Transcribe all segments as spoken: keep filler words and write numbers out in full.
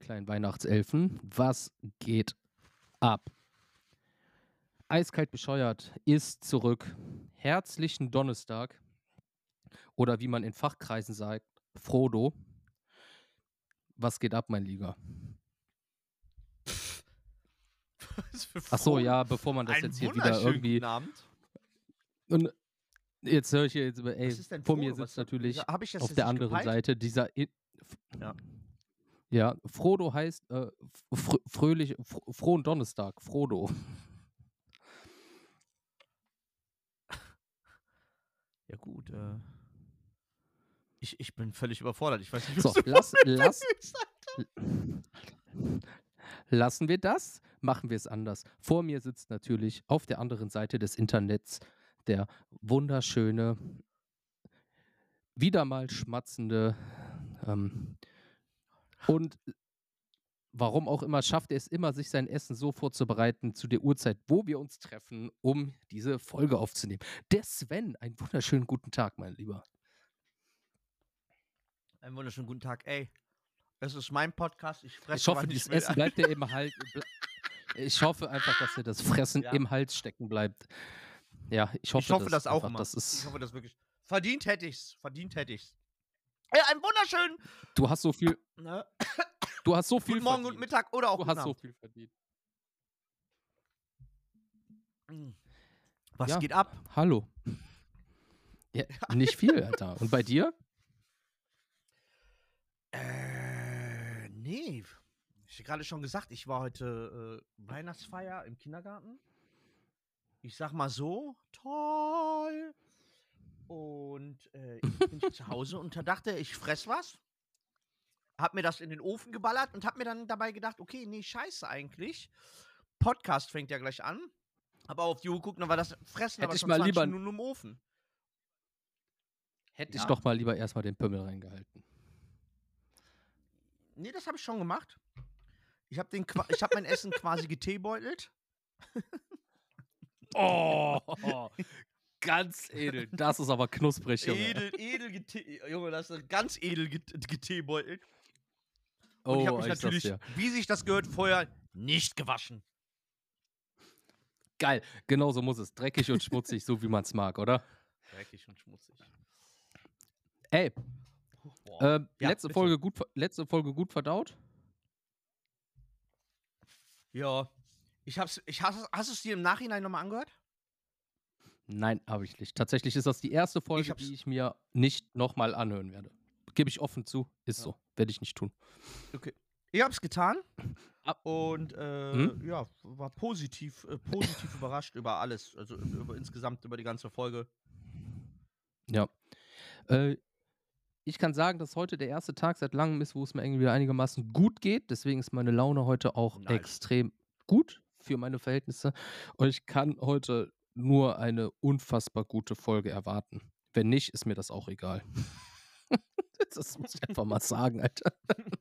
kleinen Weihnachtselfen, was geht ab? Eiskalt bescheuert ist zurück. Herzlichen Donnerstag oder wie man in Fachkreisen sagt, Frodo. Was geht ab, mein Lieber? Was für Ach so, Frodo? ja, bevor man das Einen jetzt hier wieder wunderschönen irgendwie. Guten Abend. Und jetzt höre ich hier jetzt, über- ey, Was ist denn vor mir Frodo? sitzt Was- natürlich Hab ich das auf jetzt der nicht anderen gepeilt? Seite dieser. I Ja. Ja, Frodo heißt äh, fr fröhlich, fr frohen Donnerstag, Frodo. Ja gut, äh. Ich, ich bin völlig überfordert. Ich weiß nicht, was So, du lass, damit lass, willst. lassen wir das, machen wir es anders. Vor mir sitzt natürlich auf der anderen Seite des Internets der wunderschöne, wieder mal schmatzende ähm, und warum auch immer schafft er es immer, sich sein Essen so vorzubereiten zu der Uhrzeit, wo wir uns treffen, um diese Folge aufzunehmen. Der Sven, einen wunderschönen guten Tag, mein Lieber. Einen wunderschönen guten Tag. Ey, es ist mein Podcast. Ich fresse, Ich hoffe, wann dieses will. Essen bleibt dir im Hals. Ich hoffe einfach, dass dir das Fressen Ja. im Hals stecken bleibt. Ja, ich hoffe, Ich hoffe das, auch einfach, immer. Das Ich ist, hoffe das wirklich. Verdient hätte ich's. Verdient hätte ich's. Ja, einen wunderschönen. du hast so viel, Ne? du hast so viel Guten Morgen, verdient. guten Mittag oder auch Du guten hast so Abend. viel verdient. Was Ja, geht ab? hallo. Ja, nicht viel, Alter. Und bei dir? Äh, nee. Ich habe gerade schon gesagt, ich war heute äh, Weihnachtsfeier im Kindergarten. Ich sag mal so, toll. Und äh, ich bin hier zu Hause und da dachte ich, fress was. Hab mir das in den Ofen geballert und hab mir dann dabei gedacht, okay, nee, scheiße eigentlich. Podcast fängt ja gleich an. Aber auf die Uhr geguckt, dann war das Fressen Hätte aber ich schon mal zwanzig lieber- Minuten im Ofen. Hätte Ja. ich doch mal lieber erstmal den Pümmel reingehalten. Nee, das habe ich schon gemacht. Ich habe hab mein Essen quasi geteebeutelt. Oh, ganz edel. Das ist aber knusprig, Junge. Edel, edel gete Junge, das ist ganz edel get geteebeutelt. Und ich Oh, habe mich ich sag's natürlich, dir. wie sich das gehört, vorher nicht gewaschen. Geil, genau so muss es. Dreckig und schmutzig, so wie man es mag, oder? Dreckig und schmutzig. Ey, Boah. äh, Ja, letzte, bitte. Folge gut, ver- letzte Folge gut verdaut? Ja. Ich hab's, ich hast, hast du es dir im Nachhinein nochmal angehört? Nein, habe ich nicht. Tatsächlich ist das die erste Ich Folge, hab's- die ich mir nicht nochmal anhören werde. Gebe ich offen zu, ist Ja. so. Werde ich nicht tun. Okay. Ich hab's getan. Ab- Und äh, Hm? ja, war positiv, äh, positiv überrascht über alles. Also über, insgesamt über die ganze Folge. Ja. Äh, ich kann sagen, dass heute der erste Tag seit langem ist, wo es mir irgendwie wieder einigermaßen gut geht. Deswegen ist meine Laune heute auch Nice. extrem gut für meine Verhältnisse. Und ich kann heute nur eine unfassbar gute Folge erwarten. Wenn nicht, ist mir das auch egal. Das muss ich einfach mal sagen, Alter.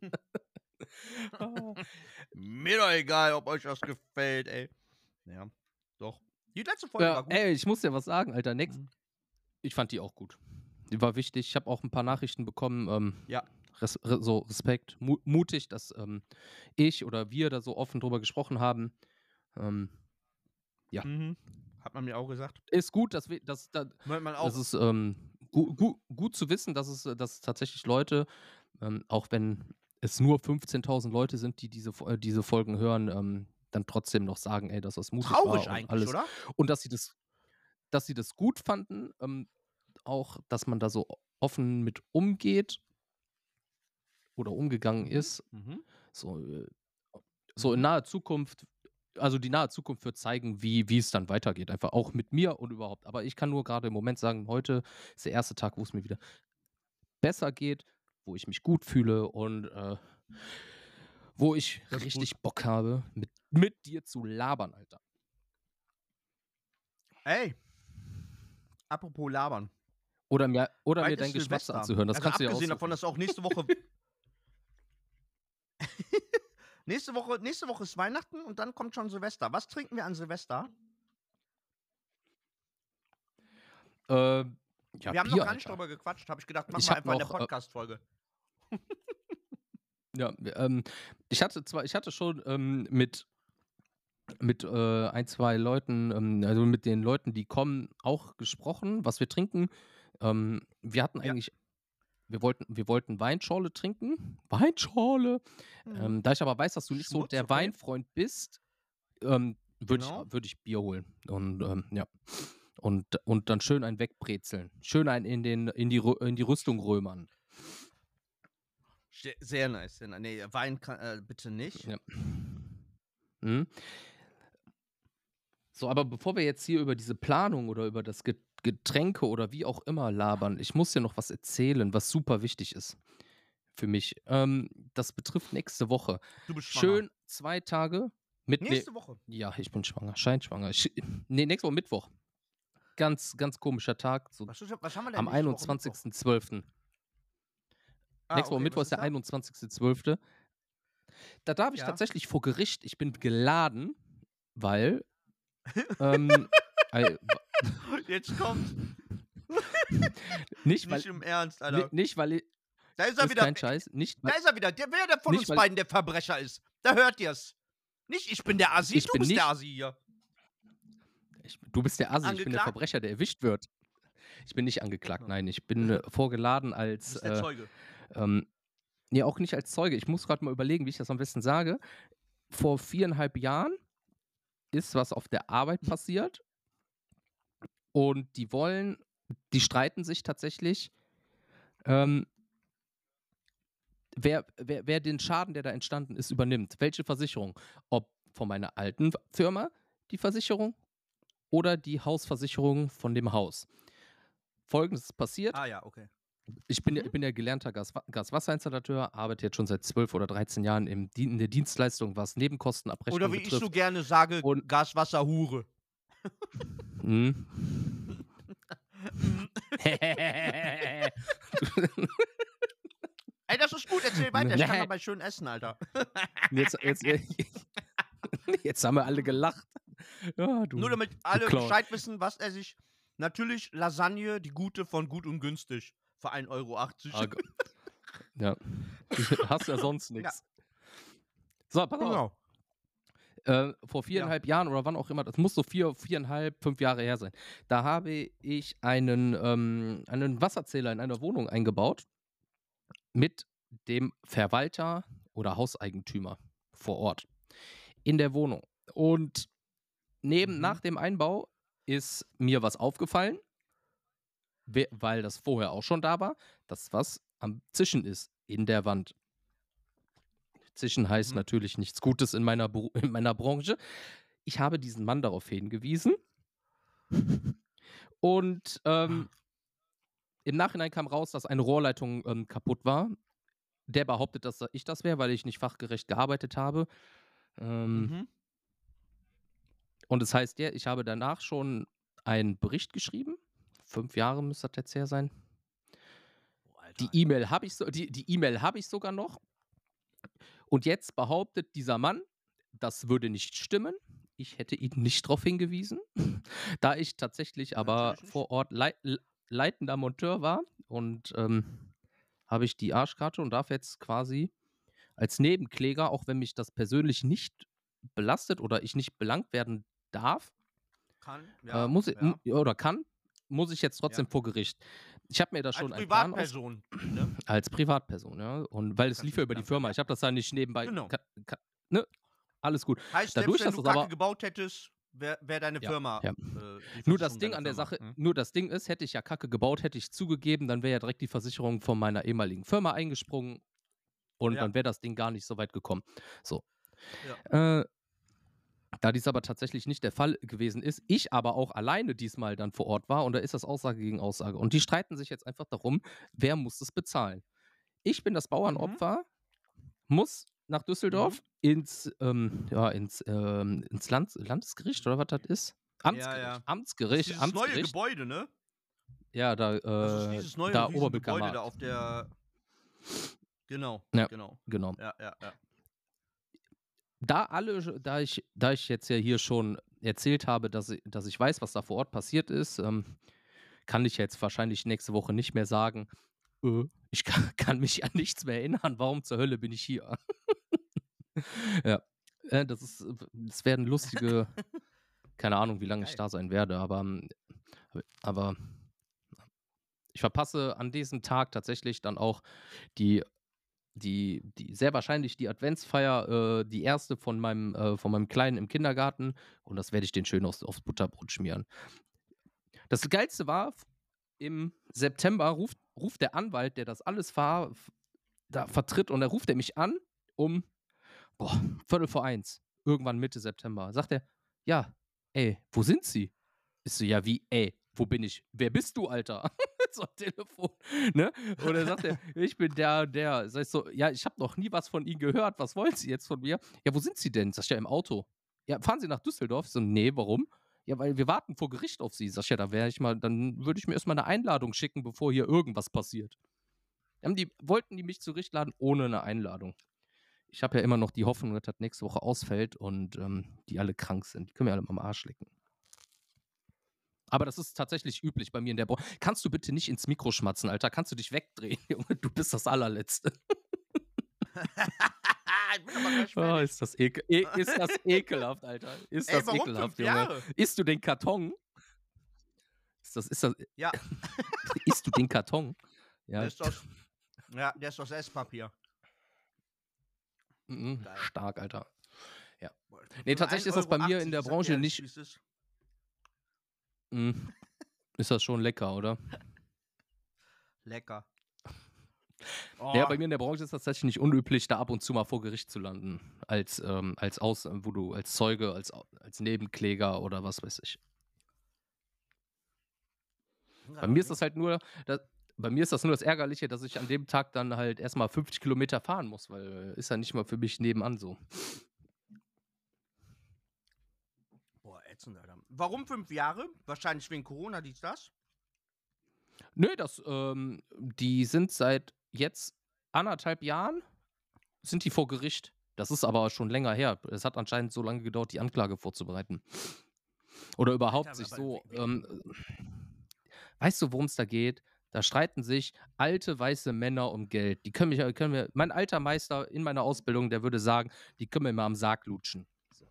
Mir doch egal, ob euch das gefällt, ey. Ja, doch. Die letzte Folge war Ja, gut. ey, ich muss dir was sagen, Alter. Next, Mhm. ich fand die auch gut. Die war wichtig. Ich habe auch ein paar Nachrichten bekommen. Ähm, Ja. res re so Respekt, mu mutig, dass ähm, ich oder wir da so offen drüber gesprochen haben. Ähm, Ja. Mhm. Hat man mir auch gesagt. ist gut, dass wir, dass, da, Hört man auch. das ist ähm, gu gu gut zu wissen, dass es, dass es tatsächlich Leute, ähm, auch wenn es nur fünfzehntausend Leute sind, die diese, Fo- äh, diese Folgen hören, ähm, dann trotzdem noch sagen, ey, dass das mutig Traurig war und eigentlich, alles. oder? Und dass sie das, dass sie das gut fanden, ähm, auch, dass man da so offen mit umgeht oder umgegangen Mhm. ist. Mhm. So, äh, so in Mhm. naher Zukunft, also die nahe Zukunft wird zeigen, wie, wie es dann weitergeht. Einfach auch mit mir und überhaupt. Aber ich kann nur gerade im Moment sagen, heute ist der erste Tag, wo es mir wieder besser geht, wo ich mich gut fühle und äh, wo ich Das ist richtig Bock habe, mit, mit dir zu labern, Alter. Ey. Apropos labern. Oder mir, oder Bald mir dein ist Geschwätz Silvester. anzuhören. Das also kannst du ja abgesehen auch. davon, dass auch nächste Woche. nächste Woche. Nächste Woche ist Weihnachten und dann kommt schon Silvester. Was trinken wir an Silvester? Äh, ja, wir haben Bier, noch gar nicht Alter. drüber gequatscht. Habe ich gedacht, machen Ich wir hab einfach in der noch, äh, Podcast-Folge. Ja, ähm, ich hatte zwar ich hatte schon, ähm, mit mit, äh, ein, zwei Leuten, ähm also, mit den Leuten, die kommen, auch gesprochen, was wir trinken. Ähm, wir hatten Ja. eigentlich wir wollten wir wollten Weinschorle trinken. Weinschorle! Mhm. Ähm, da ich aber weiß, dass du nicht so Schmutz, der okay. Weinfreund bist, ähm, würde ich Genau. würde ich Bier holen und, ähm, ja. Und und dann schön einen wegbrezeln. Schön einen in den in die Rü in die Rüstung römern. Sch sehr nice, sehr ni ne, Wein ka äh, bitte nicht. Ja. Mhm. So, aber bevor wir jetzt hier über diese Planung oder über das Get Getränke oder wie auch immer labern, ich muss dir noch was erzählen, was super wichtig ist für mich. Ähm, das betrifft nächste Woche. Du bist schwanger. Schön zwei Tage mit ne Nächste Woche? ja, ich bin schwanger, scheinschwanger. Ich ne, nächste Woche Mittwoch. Ganz, ganz komischer Tag, so Was ist was haben wir denn am nächste Woche Mittwoch? einundzwanzigsten zwölften Ah, Nächste Woche okay, Mittwoch was ist ist der da? einundzwanzigste zwölfte Da darf ich Ja. tatsächlich vor Gericht. Ich bin geladen, weil, ähm, ei wa Jetzt kommt's. Nicht, weil Nicht im Ernst, ni Alter. nicht, weil i Da ist er ist wieder. kein Äh, äh, Scheiß, nicht da weil ist er wieder. Der wer der von nicht, uns weil beiden der Verbrecher ist. Da hört ihr's. Nicht: „Ich bin der Assi“, Ich du bin bist der nicht Assi hier. Ich du bist der Assi, ich bin der Angeklagt? Verbrecher, der erwischt wird. Ich bin nicht angeklagt, Ja. nein, ich bin, äh, vorgeladen Du als, bist der äh, Zeuge. ähm ne, auch nicht als Zeuge. Ich muss grad mal überlegen, wie ich das am besten sage. Vor viereinhalb Jahren ist was auf der Arbeit passiert und die wollen die streiten sich tatsächlich, ähm wer wer wer den Schaden, der da entstanden ist, übernimmt. Welche Versicherung? Ob von meiner alten F Firma die Versicherung oder die Hausversicherung von dem Haus. Folgendes ist passiert: Ah ja, okay. Ich bin ja Mhm. ich bin ja gelernter Gaswa Gaswasserinstallateur, arbeite jetzt schon seit zwölf oder dreizehn Jahren im Dien in der Dienstleistung, was Oder Nebenkostenabrechnung wie ich so betrifft. gerne sage: Und „Gas, Wasser, Hure.“ Mhm. Mhm. Du Ey, das ist gut, erzähl weiter. Ich kann Ne. dabei schön essen, Alter. Jetzt jetzt jetzt haben wir alle gelacht. Ah, Nur du damit du alle Clown. Bescheid wissen, was er sich natürlich Lasagne, die gute von Gut und Günstig für ein Euro achtzig. Ah, g ja. Hast ja sonst Ja. nix. So, pass auf. Genau. Äh, vor Ja. viereinhalb Jahren oder wann auch immer, das muss so vier viereinhalb, fünf Jahre her sein. Da habe ich einen, ähm einen Wasserzähler in einer Wohnung eingebaut mit dem Verwalter oder Hauseigentümer vor Ort in der Wohnung. Und neben Mhm. nach dem Einbau ist mir was aufgefallen we weil das vorher auch schon da war, dass was am Zischen ist in der Wand. Zischen heißt Mhm. natürlich nichts Gutes in meiner Beru in meiner Branche. Ich habe diesen Mann darauf hingewiesen. Und, ähm im Nachhinein kam raus, dass eine Rohrleitung, ähm, kaputt war. Der behauptet, dass, äh, ich das wäre, weil ich nicht fachgerecht gearbeitet habe. Ähm Mhm. und es heißt ja, ich habe danach schon einen Bericht geschrieben. fünf Jahre müsste das jetzt her sein. Oh, Die Alter. E-Mail habe ich so die die E-Mail habe ich sogar noch. Und jetzt behauptet dieser Mann, das würde nicht stimmen. Ich hätte ihn nicht drauf hingewiesen. Da ich tatsächlich aber Natürlich nicht. vor Ort lei l leitender Monteur war und, ähm, habe ich die Arschkarte und darf jetzt quasi als Nebenkläger, auch wenn mich das persönlich nicht belastet oder ich nicht belangt werden darf Kann, äh, ja, muss i m ja. oder kann, muss ich jetzt Ja. trotzdem vor Gericht. Ich habe mir da Als schon einen Plan aus Privatperson, ne? als Privatperson, ja. Und weil es Kannst lief du ja nicht über die belangt werden, Firma. ja. Ich habe das da nicht nebenbei Genau. ka ka ne? Alles gut. Heißt, selbst Dadurch, wenn dass du das Kacke aber gebaut hättest, wäre wäre deine Ja, Firma, ja. äh die Nur das Versicherung Ding deine an der Firma, Sache mhm. nur das Ding ist, hätte ich ja Kacke gebaut, hätte ich zugegeben, dann wäre ja direkt die Versicherung von meiner ehemaligen Firma eingesprungen und Ja. dann wäre das Ding gar nicht so weit gekommen. So. Ja. Äh da dies aber tatsächlich nicht der Fall gewesen ist, ich aber auch alleine diesmal dann vor Ort war und da ist das Aussage gegen Aussage. Und die streiten sich jetzt einfach darum, wer muss das bezahlen? Ich bin das Mhm. Bauernopfer, muss nach Mhm. Düsseldorf ins, ähm ja, ins, ähm ins Lands Landesgericht oder was das ist? Ja, Amtsgericht, ja. Das ist Amtsgericht, dieses neue Amtsgericht. Gebäude, ne? Ja, da, Das ist äh dieses neue da Oberbilker Riesengebäude da Markt. auf der Genau, Ja, genau. genau. Ja, ja, ja. Da alle sch da ich da ich jetzt ja hier schon erzählt habe, dass i dass ich weiß, was da vor Ort passiert ist, ähm, kann ich jetzt wahrscheinlich nächste Woche nicht mehr sagen: „Äh, Ich kann, kann mich an nichts mehr erinnern. Warum zur Hölle bin ich hier? Ja, äh, das ist, äh, das werden lustige, keine Ahnung, wie lange ich Geil. da sein werde, aber, ähm, aber ich verpasse an diesem Tag tatsächlich dann auch die die die sehr wahrscheinlich die Adventsfeier, äh, die erste von meinem äh, von meinem Kleinen im Kindergarten und das werde ich den schön aufs aufs Butterbrot schmieren. Das Geilste war, f im September ruft ruft der Anwalt, der das alles ver f da vertritt und da ruft er mich an um, boah, Viertel vor eins, irgendwann Mitte September. Sagt er: „Ja, ey, wo sind Sie?“ Ich so: „Ja, wie, ey, wo bin ich? Wer bist du, Alter?“ So am Telefon, ne? Und dann sagt er: „Ich bin der und der.“ Sag ich so: „Ja, ich habe noch nie was von Ihnen gehört. Was wollen Sie jetzt von mir?“ „Ja, wo sind Sie denn?“ Sag ich: „Ja, im Auto.“ „Ja, fahren Sie nach Düsseldorf?“ Ich so: „Ne, warum?“ „Ja, weil wir warten vor Gericht auf Sie.“ Sag ich: „Ja, da wäre ich mal dann würde ich mir erst mal 'ne Einladung schicken, bevor hier irgendwas passiert.“ Haben die wollten die mich zu Gericht laden ohne 'ne Einladung. Ich habe ja immer noch die Hoffnung, dass das nächste Woche ausfällt und, ähm, die alle krank sind. Die können mir alle am Arsch lecken. Aber das ist tatsächlich üblich bei mir in der Bran Kannst du bitte nicht ins Mikro schmatzen, Alter? Kannst du dich wegdrehen, Junge? Du bist das Allerletzte. Ich bin aber gleich Oh, fertig. ist das ekel e ist das ekelhaft, Alter. Ist Ey, das warum fünf ekelhaft, Junge. Jahre? Isst du den Karton? Ist das ist das Ja. isst du den Karton? Der Ja. ist aus ja, der ist aus Esspapier. Mhm, Geil. stark, Alter. Ja. Boah, Ne, für ein tatsächlich ist das Euro bei mir in achtzig, der ich sage dir Branche ehrlich, nicht wie's ist. Hm. Ist das schon lecker, oder? Lecker. Na ja, Oh. bei mir in der Branche ist das tatsächlich nicht unüblich, da ab und zu mal vor Gericht zu landen als, ähm als aus wo du als Zeuge, als au als Nebenkläger oder was weiß ich. Bin Bei grad am mir ist das Überlegen. halt nur da bei mir ist das nur das Ärgerliche, dass ich an dem Tag dann halt erst mal fünfzig Kilometer fahren muss, weil ist ja nicht mal für mich nebenan so. Boah, ätzend, Alter. Warum fünf Jahre? Wahrscheinlich wegen Corona, dies, das? Ne, das, ähm die sind seit jetzt anderthalb Jahren sind die vor Gericht. Das ist aber schon länger her. Es hat anscheinend so lange gedauert, die Anklage vorzubereiten. Oder überhaupt Alter, sich aber so, wie wie ähm weißt du, worum's da geht? Da streiten sich alte weiße Männer um Geld. Die können mich ja können mir mein alter Meister in meiner Ausbildung, der würde sagen, die können mir mal am Sarg lutschen. So.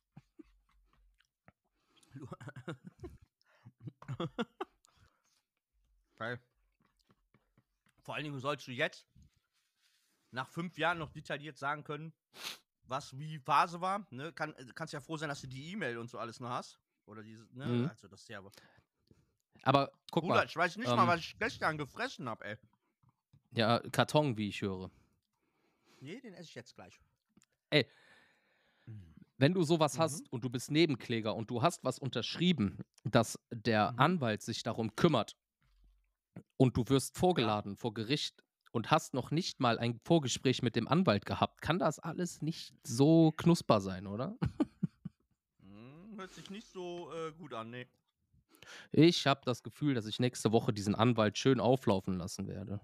Geil. Vor allen Dingen sollst du jetzt nach fünf Jahren noch detailliert sagen können, was wie Phase war, ne? Kann äh, kannst ja froh sein, dass du die E-Mail und so alles noch hast. Oder diese ne? Mhm. Also, das ist ja aber Aber guck Bruder, mal, ich weiß nicht mal, ähm was ich gestern gefressen habe, ey. ja, Karton, wie ich höre. Ne, den esse ich jetzt gleich. Ey Mhm. wenn du so was Mhm. hast und du bist Nebenkläger und du hast was unterschrieben, dass der Mhm. Anwalt sich darum kümmert und du wirst Ja. vorgeladen vor Gericht und hast noch nicht mal ein Vorgespräch mit dem Anwalt gehabt, kann das alles nicht so knusper sein, oder? Hm, hört sich nicht so, äh, gut an, ne. Ich habe das Gefühl, dass ich nächste Woche diesen Anwalt schön auflaufen lassen werde.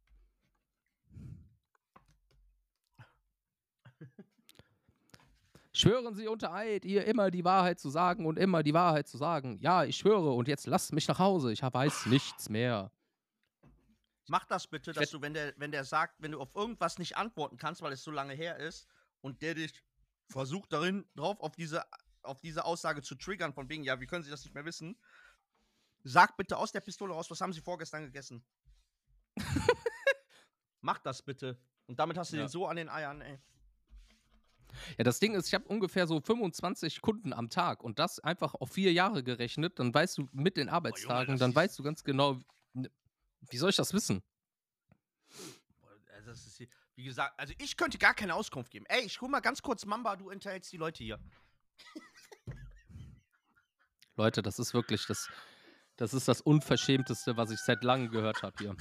„Schwören Sie unter Eid, ihr immer die Wahrheit zu sagen und immer die Wahrheit zu sagen.“ „Ja, ich schwöre und jetzt lasst mich nach Hause. Ich ha weiß nichts mehr.“ Mach das bitte, Ich dass werde du, wenn der wenn der sagt wenn du auf irgendwas nicht antworten kannst, weil es so lange her ist und der dich versucht darin drauf auf diese auf diese Aussage zu triggern von wegen: „Ja, wie können Sie das nicht mehr wissen?“ Sag bitte aus der Pistole raus: „Was haben Sie vorgestern gegessen?“ Mach das bitte. Und damit hast du den Ja. so an den Eiern, ey. Ja, das Ding ist, ich habe ungefähr so fünfundzwanzig Kunden am Tag und das einfach auf vier Jahre gerechnet, dann weißt du mit den Boah, Junge, Arbeitstagen, das dann ist weißt du ganz genau, n wie soll ich das wissen? boah, also, das ist hier wie gesagt, also, ich könnte gar keine Auskunft geben. Ey, ich hole mal ganz kurz Mamba, du unterhältst die Leute hier. Leute, das ist wirklich das das ist das Unverschämteste, was ich seit Langem gehört habe hier.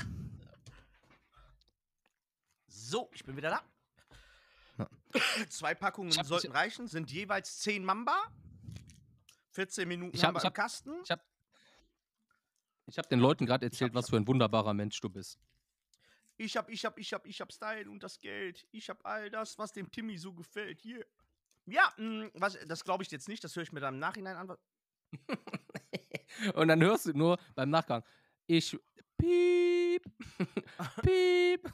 So, ich bin wieder da. Ja. zwei Ich Packungen habe ich sollten reichen, sind jeweils zehn Mamba. vierzehn Minuten ich haben habe wir ich im habe Kasten. ich habe ich habe den Ja, Leuten grad ich habe erzählt, ich was habe für ein wunderbarer Mensch du bist. ich habe ich habe ich habe ich habe Style und das Geld. Ich habe all das, was dem Timmy so gefällt. Hier. Ja, hm, was das glaube ich jetzt nicht, das höre ich mir dann im Nachhinein an. Und dann hörst du nur beim Nachgang: „Ich Piep. Piep.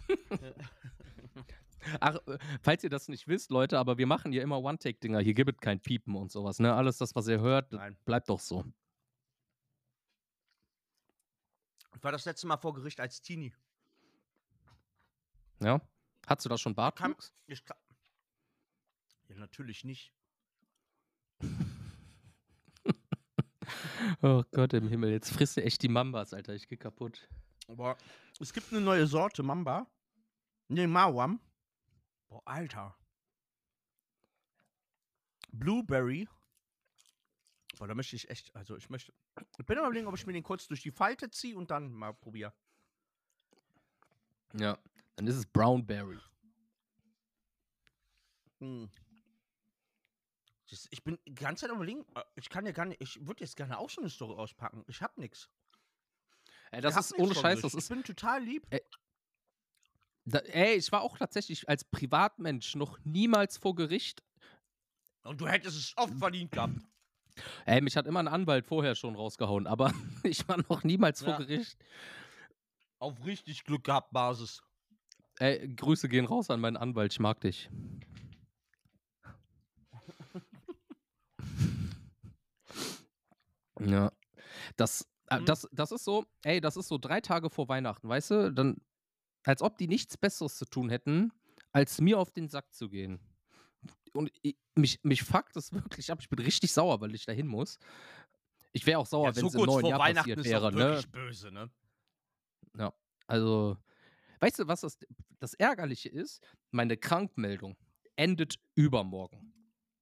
Ach, äh, falls ihr das nicht wisst, Leute, aber wir machen hier immer One-Take-Dinger. Hier gibt es kein Piepen und sowas, ne? Alles das, was ihr hört, Nein. bleibt doch so. Ich war das letzte Mal vor Gericht als Teenie. Ja? Hattest du da schon Ich kann, Bartwuchs? ich kann, ja, natürlich nicht. Oh Gott im Himmel, jetzt frisst du echt die Mambas, Alter. Ich geh kaputt. Aber es gibt eine neue Sorte Mamba. Nee, Mawam. Boah, Alter. Blueberry. Boah, da möchte ich echt, also ich möchte, ich bin überlegen, ob ich mir den kurz durch die Falte ziehe und dann mal probiere. Ja, dann ist es Brownberry. Hm. Das- Ich bin die ganze Zeit am überlegen, äh, ich kann ja gar nicht, ich würde jetzt gerne auch so eine Story auspacken. Ich hab nix. Ey, Ich das hab ist nix ohne vor Scheiß, Gericht. das ist. Ich bin total lieb. Ey, da, ey, ich war auch tatsächlich als Privatmensch noch niemals vor Gericht. Und du hättest es oft verdient gehabt. Ey, mich hat immer ein Anwalt vorher schon rausgehauen, aber ich war noch niemals vor Ja. Gericht. Auf richtig Glück gehabt Basis. Ey, Grüße gehen raus an meinen Anwalt, ich mag dich. Ja, das, äh, Mhm. das, das ist so, ey, das ist so drei Tage vor Weihnachten, weißt du? Dann, als ob die nichts Besseres zu tun hätten, als mir auf den Sack zu gehen. Und ich, mich, mich fuckt das wirklich ab. Ich bin richtig sauer, weil ich dahin muss. Ich wäre auch sauer, Ja, wenn so es im kurz neuen vor Jahr Weihnachten passiert ist wäre, auch ne? wirklich böse, ne? Ja, also, weißt du, was das, das Ärgerliche ist? Meine Krankmeldung endet übermorgen.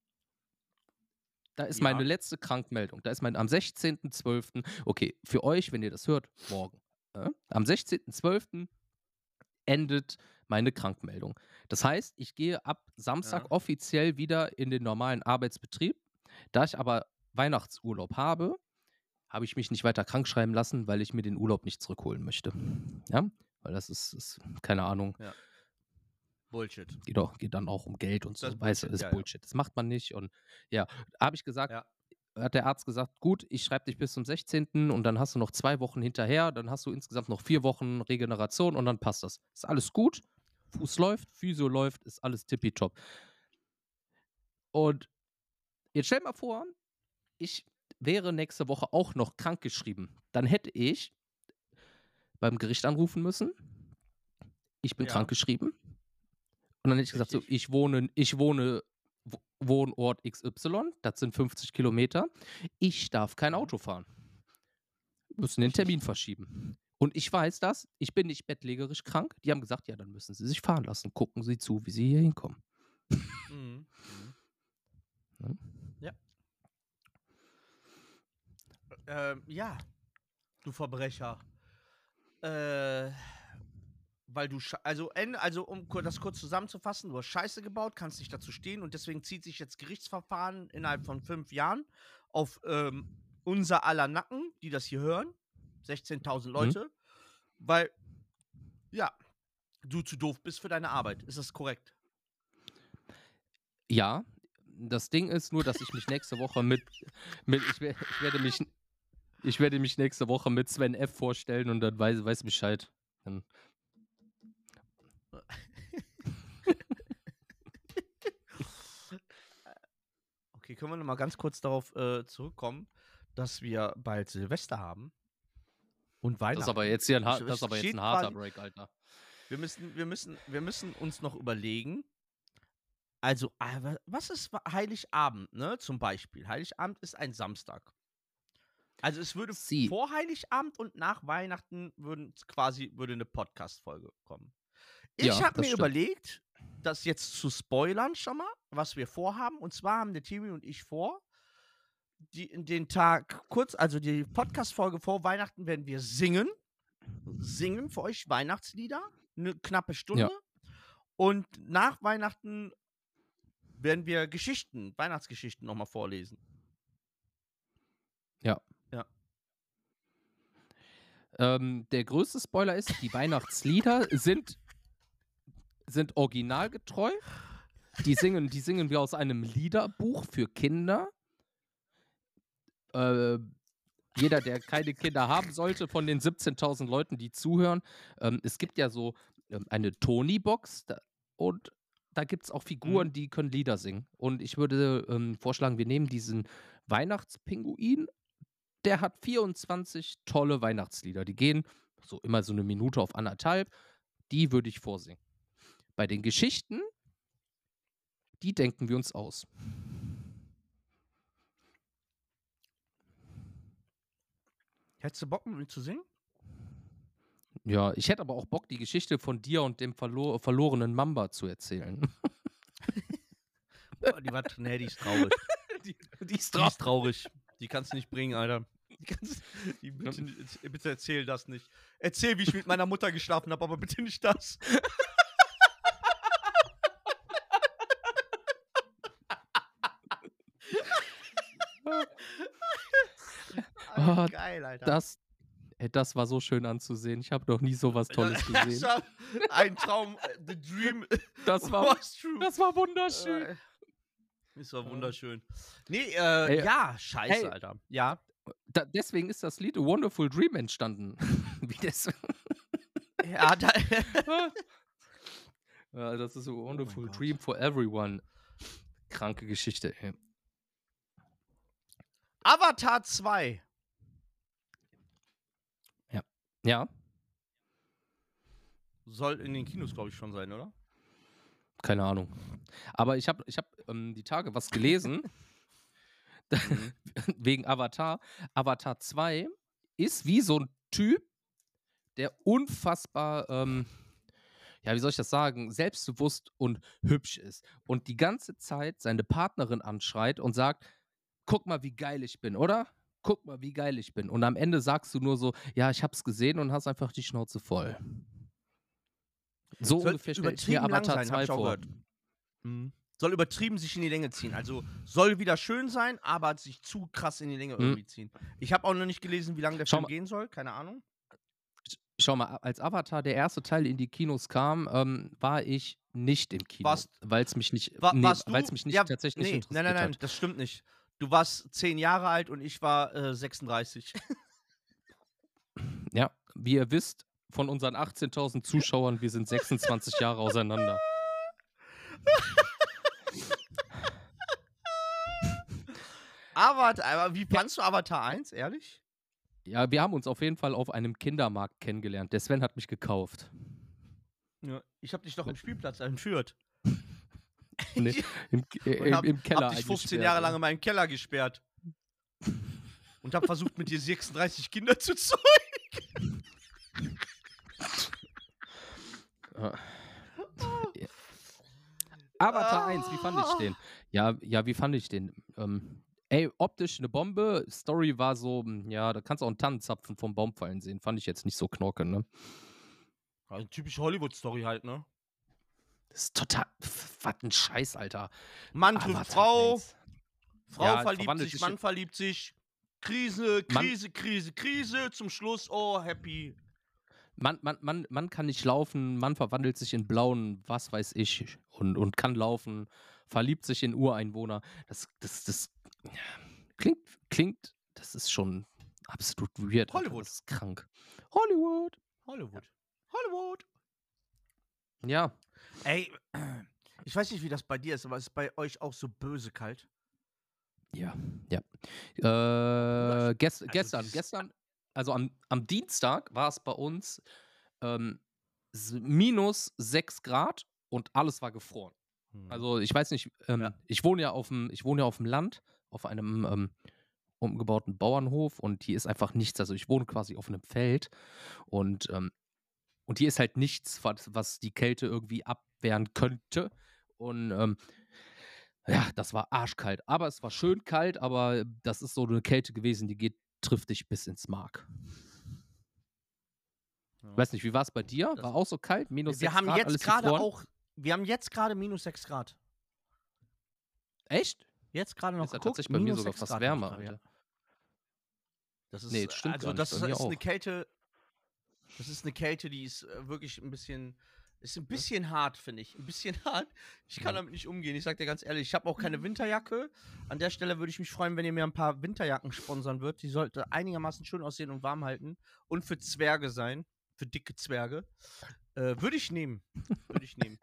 Da ist meine Ja. letzte Krankmeldung. Da ist mein am sechzehnten zwölften Okay, für euch, wenn ihr das hört, morgen. Äh? Am sechzehnten zwölften endet meine Krankmeldung. Das heißt, ich gehe ab Samstag Ja. offiziell wieder in den normalen Arbeitsbetrieb. Da ich aber Weihnachtsurlaub habe, habe ich mich nicht weiter krank schreiben lassen, weil ich mir den Urlaub nicht zurückholen möchte. Ja, weil das ist, ist keine Ahnung. Ja. Bullshit. Geht, auch, geht dann auch um Geld und so. Das ist Weißt du, Bullshit, ist ja, ja. Bullshit. Das macht man nicht. Und ja, habe ich gesagt, Ja. hat der Arzt gesagt, gut, ich schreibe dich bis zum sechzehnten und dann hast du noch zwei Wochen hinterher, dann hast du insgesamt noch vier Wochen Regeneration und dann passt das. Ist alles gut, Fuß läuft, Physio läuft, ist alles tippitopp. Und jetzt stell mal vor, ich wäre nächste Woche auch noch krankgeschrieben. Dann hätte ich beim Gericht anrufen müssen, ich bin Ja. krankgeschrieben. Und dann hätte ich gesagt, so, Richtig. ich wohne, ich wohne Wo- Wohnort X Y, das sind fünfzig Kilometer. Ich darf kein Ja. Auto fahren. Wir müssen den Richtig. Termin verschieben. Und ich weiß das, ich bin nicht bettlägerisch krank. Die haben gesagt, ja, dann müssen Sie sich fahren lassen. Gucken Sie zu, wie Sie hier hinkommen. Mhm. Mhm. Ne? Ja. Ähm, ja. Du Verbrecher. Äh, weil du, sche- also, en- also um kur- das kurz zusammenzufassen, du hast Scheiße gebaut, kannst nicht dazu stehen und deswegen zieht sich jetzt Gerichtsverfahren innerhalb von fünf Jahren auf ähm, unser aller Nacken, die das hier hören, sechzehntausend Leute, weil, ja, du zu doof bist für deine Arbeit. Ist das korrekt? Ja, das Ding ist nur, dass ich mich nächste Woche mit, mit ich, wer- ich werde mich, ich werde mich nächste Woche mit Sven F. vorstellen und dann weiß, weiß Bescheid. Dann, Okay, können wir noch mal ganz kurz darauf äh, zurückkommen, dass wir bald Silvester haben und Weihnachten. das ist aber jetzt hier ein, har- Es das ist aber jetzt steht ein harter quasi- Break, Alter. Wir müssen, wir müssen, wir müssen uns noch überlegen. Also, ah, wa- was ist Wa- Heiligabend, ne? Zum Beispiel. Heiligabend ist ein Samstag. Also es würde Sie. vor Heiligabend und nach Weihnachten würden quasi würde eine Podcast-Folge kommen. Ich Ja, habe das mir stimmt. überlegt, das jetzt zu spoilern schon mal, was wir vorhaben. Und zwar haben der Timmy und ich vor, die, den Tag kurz, also die Podcast-Folge vor Weihnachten werden wir singen. Singen für euch Weihnachtslieder. Eine knappe Stunde. Und nach Weihnachten werden wir Geschichten, Weihnachtsgeschichten nochmal vorlesen. Ja. Ja. Ähm, der größte Spoiler ist, die Weihnachtslieder sind, sind originalgetreu. Die singen, die singen wir aus einem Liederbuch für Kinder. Äh, jeder, der keine Kinder haben sollte, von den siebzehntausend Leuten, die zuhören, ähm, es gibt ja so ähm, eine Tony-Box da, und da gibt es auch Mhm. Figuren, die können Lieder singen. Und ich würde ähm, vorschlagen, wir nehmen diesen Weihnachtspinguin, der hat vierundzwanzig tolle Weihnachtslieder. Die gehen so immer so eine Minute auf anderthalb. Die würde ich vorsingen. Bei den Geschichten, die denken wir uns aus. Hättest du Bock, mit mir zu singen? Ja, ich hätte aber auch Bock, die Geschichte von dir und dem verlo verlorenen Mamba zu erzählen. Boah, die war, nee, die ist traurig. die, die ist Die ist traurig. Die kannst du nicht bringen, Alter. Die kannst, die bitte, bitte erzähl das nicht. Erzähl, wie ich mit meiner Mutter geschlafen habe, aber bitte nicht das. Ah, geil, Alter. Das, ey, das war so schön anzusehen. Ich habe noch nie sowas Tolles Das gesehen. war ein Traum. The dream Das war, was true. das war wunderschön. Äh, Das war wunderschön. Nee, äh, Ey, ja, scheiße, hey. Alter. Ja. Da, deswegen ist das Lied A Wonderful Dream entstanden. Wie das, Ja, da, ja, das ist A Wonderful Gott. Dream for Everyone. Kranke Geschichte, ey. Avatar zwei. Ja, Soll in den Kinos, glaube ich, schon sein, oder? keine Ahnung. Aber ich habe ich hab, ähm, die Tage was gelesen. Mhm. Wegen Avatar. Avatar zwei ist wie so ein Typ, der unfassbar, ähm, ja, wie soll ich das sagen, selbstbewusst und hübsch ist. Und die ganze Zeit seine Partnerin anschreit und sagt, guck mal, wie geil ich bin, oder? Guck mal, wie geil ich bin. Und am Ende sagst du nur so, ja, ich hab's gesehen und hast einfach die Schnauze voll. So Soll ungefähr stelle ich mir übertrieben lang Avatar sein, hab zwei ich auch vor. gehört. Mhm. Soll übertrieben sich in die Länge ziehen. Also soll wieder schön sein, aber sich zu krass in die Länge Mhm. irgendwie ziehen. Ich habe auch noch nicht gelesen, wie lange der Schau Film mal. gehen soll. Keine Ahnung. Schau mal, als Avatar der erste Teil in die Kinos kam, ähm, war ich nicht im Kino, Warst- weil es mich nicht, Wa nee, warst du? weil's mich nicht Ja, tatsächlich nee, interessiert nein, nein, nein, hat. das stimmt nicht. Du warst zehn Jahre alt und ich war äh, sechsunddreißig. Ja, wie ihr wisst, von unseren achtzehntausend Zuschauern, wir sind sechsundzwanzig Jahre auseinander. Avatar, aber wie fandst du Avatar eins, ehrlich? Ja, wir haben uns auf jeden Fall auf einem Kindermarkt kennengelernt. Der Sven hat mich gekauft. Ja, ich habe dich doch am Spielplatz entführt. Nee, im, äh, Und im, hab, im Keller hab dich fünfzehn eingesperrt, Jahre ja. lang in meinem Keller gesperrt. Und hab versucht, mit dir sechsunddreißig Kinder zu zeugen. Ja. Ja. Avatar eins, wie fand ich den? Ja, ja, wie fand ich den? Ähm, ey, optisch eine Bombe, Story war so, hm, ja, da kannst du auch einen Tannenzapfen vom Baum fallen sehen. Fand ich jetzt nicht so knorke, ne? Also typische Hollywood-Story halt, ne? Das ist total, was ein Scheiß, Alter. Mann trifft Avatar Frau, eins. Frau Ja, verliebt verwandelt sich, sich Mann in- verliebt sich. Krise, Mann- Krise, Krise, Krise. Zum Schluss, oh, happy. Man, man, man, man kann nicht laufen, man verwandelt sich in blauen, was weiß ich, und, und kann laufen, verliebt sich in Ureinwohner. Das, das, das klingt, klingt, das ist schon absolut weird. Alter. Hollywood. Das ist krank. Hollywood. Hollywood. Hollywood. Ja. Ey, ich weiß nicht, wie das bei dir ist, aber ist bei euch auch so böse kalt? Ja, ja. Äh, gest, gestern, dieses- gestern, also am, am Dienstag war es bei uns ähm, s- minus sechs Grad und alles war gefroren. Hm. Also ich weiß nicht, ähm, Ja. ich wohne ja auf dem, ich wohne ja auf dem Land, auf einem ähm, umgebauten Bauernhof und hier ist einfach nichts. Also ich wohne quasi auf einem Feld und, ähm, und hier ist halt nichts, was, was die Kälte irgendwie abwehren könnte. Und ähm, ja, das war arschkalt. Aber es war schön kalt, aber das ist so eine Kälte gewesen, die geht, trifft dich bis ins Mark. Ja. Weiß nicht, wie war es bei dir? Das- War auch so kalt? Minus Wir sechs haben Grad, jetzt alles gerade gefroren? auch, wir haben jetzt gerade minus sechs Grad. Echt? Jetzt gerade noch Ist ja geguckt, tatsächlich bei mir minus sogar sechs fast Grad wärmer, hab ich gerade, Alter. ja. Das ist, Nee, das stimmt also gar nicht, das bei ist, mir ist eine auch. Kälte, das ist eine Kälte, die ist äh, wirklich ein bisschen Ist ein bisschen hart, finde ich. Ein bisschen hart. Ich kann Ja. damit nicht umgehen. Ich sag dir ganz ehrlich, ich habe auch keine Winterjacke. An der Stelle würde ich mich freuen, wenn ihr mir ein paar Winterjacken sponsern würdet. Die sollte einigermaßen schön aussehen und warm halten. Und für Zwerge sein. Für dicke Zwerge. Äh, würde ich nehmen. Würde ich nehmen.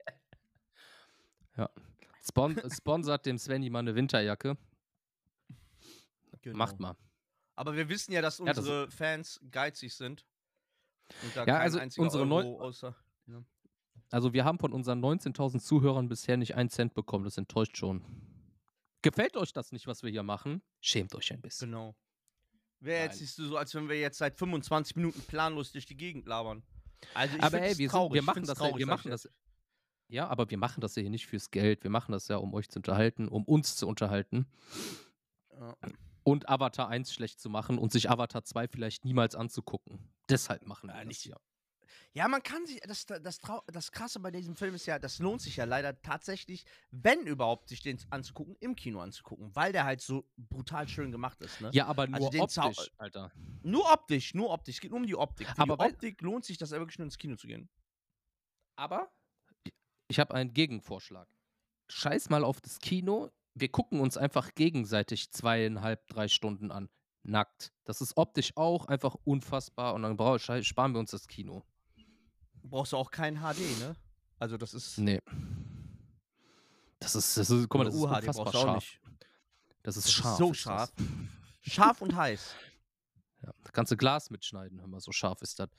Ja. Spon sponsert dem Svenny mal eine Winterjacke. Genau. Macht mal. Aber wir wissen ja, dass Ja, das- unsere Fans geizig sind. Und da Ja, kein also einziger unsere Euro neu- außer. Also wir haben von unseren neunzehntausend Zuhörern bisher nicht einen Cent bekommen. Das enttäuscht schon. Gefällt euch das nicht, was wir hier machen? Schämt euch ein bisschen. Genau. Wäre jetzt Nein. nicht so, als wenn wir jetzt seit fünfundzwanzig Minuten planlos durch die Gegend labern. Also ich Aber find ey, das wir, sind, traurig. wir Ich machen find's das ja, traurig, wir sag machen ich das. ehrlich. Ja, aber wir machen das ja hier nicht fürs Geld. Wir machen das ja, um euch zu unterhalten, um uns zu unterhalten Ja. und Avatar eins schlecht zu machen und sich Avatar zwei vielleicht niemals anzugucken. Deshalb machen wir Ja, das nicht- hier. Ja, man kann sich, das, das, Trau- das Krasse bei diesem Film ist ja, das lohnt sich ja leider tatsächlich, wenn überhaupt, sich den anzugucken, im Kino anzugucken, weil der halt so brutal schön gemacht ist, ne? Ja, aber nur Also den Zau- optisch, Alter. Nur optisch, nur optisch, es geht nur um die Optik. Für Aber die weil- Optik lohnt sich das ja wirklich nur ins Kino zu gehen. Aber ich habe einen Gegenvorschlag. Scheiß mal auf das Kino. Wir gucken uns einfach gegenseitig zweieinhalb, drei Stunden an. Nackt. Das ist optisch auch einfach unfassbar und dann brau- schei- sparen wir uns das Kino. Brauchst du auch kein H D, ne? Also das ist, Nee. Das ist, das ist guck mal, oder das ist U H D unfassbar brauchst du auch scharf. nicht. Das ist Das ist scharf. so ist das. scharf. Scharf und heiß. Ja. Da kannst du Glas mitschneiden, hör mal, so scharf ist das.